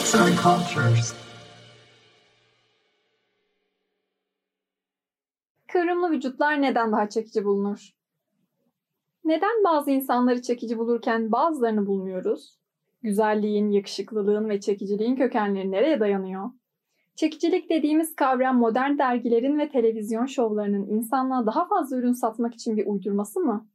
Arts and Cultures. Kıvrımlı vücutlar neden daha çekici bulunur? Neden bazı insanları çekici bulurken bazılarını bulmuyoruz? Güzelliğin, yakışıklılığın ve çekiciliğin kökenleri nereye dayanıyor? Çekicilik dediğimiz kavram modern dergilerin ve televizyon şovlarının insanlığa daha fazla ürün satmak için bir uydurması mı?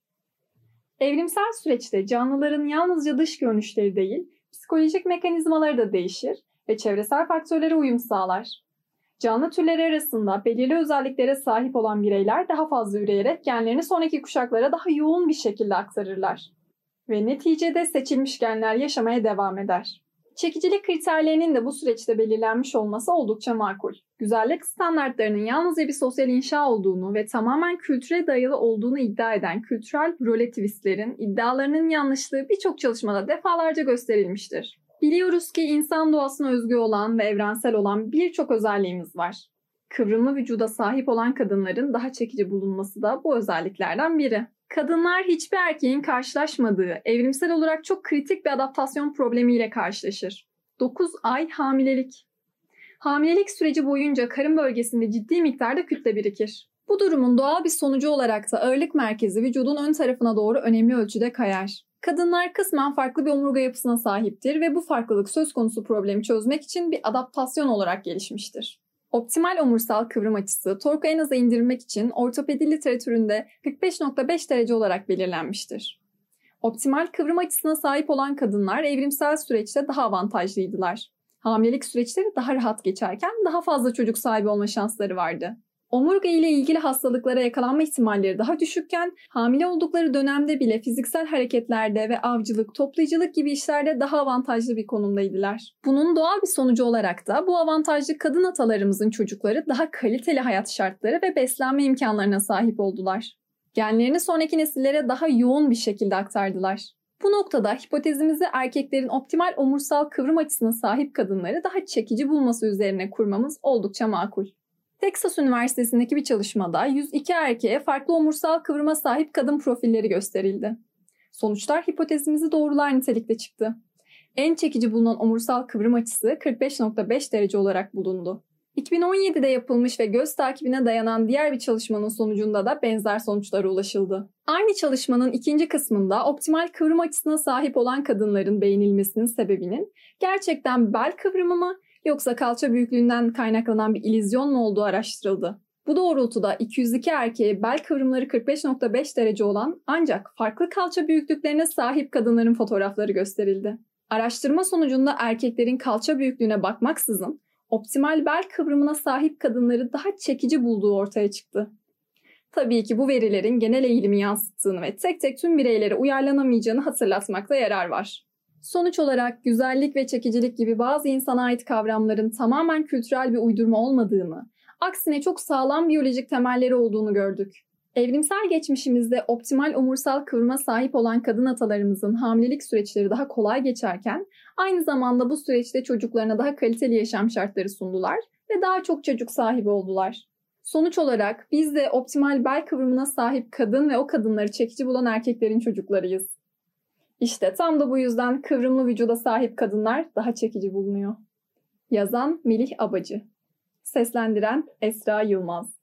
Evrimsel süreçte canlıların yalnızca dış görünüşleri değil, psikolojik mekanizmaları da değişir ve çevresel faktörlere uyum sağlar. Canlı türleri arasında belirli özelliklere sahip olan bireyler daha fazla üreyerek genlerini sonraki kuşaklara daha yoğun bir şekilde aktarırlar. Ve neticede seçilmiş genler yaşamaya devam eder. Çekicilik kriterlerinin de bu süreçte belirlenmiş olması oldukça makul. Güzellik standartlarının yalnızca bir sosyal inşa olduğunu ve tamamen kültüre dayalı olduğunu iddia eden kültürel relativistlerin iddialarının yanlışlığı birçok çalışmada defalarca gösterilmiştir. Biliyoruz ki insan doğasına özgü olan ve evrensel olan birçok özelliğimiz var. Kıvrımlı vücuda sahip olan kadınların daha çekici bulunması da bu özelliklerden biri. Kadınlar hiçbir erkeğin karşılaşmadığı, evrimsel olarak çok kritik bir adaptasyon problemiyle karşılaşır. 9 ay hamilelik. Hamilelik süreci boyunca karın bölgesinde ciddi miktarda kütle birikir. Bu durumun doğal bir sonucu olarak da ağırlık merkezi vücudun ön tarafına doğru önemli ölçüde kayar. Kadınlar kısmen farklı bir omurga yapısına sahiptir ve bu farklılık söz konusu problemi çözmek için bir adaptasyon olarak gelişmiştir. Optimal omursal kıvrım açısı torku en aza indirmek için ortopedi literatüründe 45.5 derece olarak belirlenmiştir. Optimal kıvrım açısına sahip olan kadınlar evrimsel süreçte daha avantajlıydılar. Hamilelik süreçleri daha rahat geçerken daha fazla çocuk sahibi olma şansları vardı. Omurga ile ilgili hastalıklara yakalanma ihtimalleri daha düşükken hamile oldukları dönemde bile fiziksel hareketlerde ve avcılık, toplayıcılık gibi işlerde daha avantajlı bir konumdaydılar. Bunun doğal bir sonucu olarak da bu avantajlı kadın atalarımızın çocukları daha kaliteli hayat şartları ve beslenme imkanlarına sahip oldular. Genlerini sonraki nesillere daha yoğun bir şekilde aktardılar. Bu noktada hipotezimizi erkeklerin optimal omursal kıvrım açısına sahip kadınları daha çekici bulması üzerine kurmamız oldukça makul. Texas Üniversitesi'ndeki bir çalışmada 102 erkeğe farklı omursal kıvrıma sahip kadın profilleri gösterildi. Sonuçlar hipotezimizi doğrular nitelikte çıktı. En çekici bulunan omursal kıvrım açısı 45.5 derece olarak bulundu. 2017'de yapılmış ve göz takibine dayanan diğer bir çalışmanın sonucunda da benzer sonuçlara ulaşıldı. Aynı çalışmanın ikinci kısmında optimal kıvrım açısına sahip olan kadınların beğenilmesinin sebebinin gerçekten bel kıvrımı mı yoksa kalça büyüklüğünden kaynaklanan bir illüzyon mu olduğu araştırıldı. Bu doğrultuda 202 erkeğe bel kıvrımları 45.5 derece olan ancak farklı kalça büyüklüklerine sahip kadınların fotoğrafları gösterildi. Araştırma sonucunda erkeklerin kalça büyüklüğüne bakmaksızın optimal bel kıvrımına sahip kadınları daha çekici bulduğu ortaya çıktı. Tabii ki bu verilerin genel eğilimi yansıttığını ve tek tek tüm bireylere uyarlanamayacağını hatırlatmakta yarar var. Sonuç olarak güzellik ve çekicilik gibi bazı insana ait kavramların tamamen kültürel bir uydurma olmadığını, aksine çok sağlam biyolojik temelleri olduğunu gördük. Evrimsel geçmişimizde optimal omursal kıvrıma sahip olan kadın atalarımızın hamilelik süreçleri daha kolay geçerken, aynı zamanda bu süreçte çocuklarına daha kaliteli yaşam şartları sundular ve daha çok çocuk sahibi oldular. Sonuç olarak biz de optimal bel kıvrımına sahip kadın ve o kadınları çekici bulan erkeklerin çocuklarıyız. İşte tam da bu yüzden kıvrımlı vücuda sahip kadınlar daha çekici bulunuyor. Yazan Melih Abacı. Seslendiren Esra Yılmaz.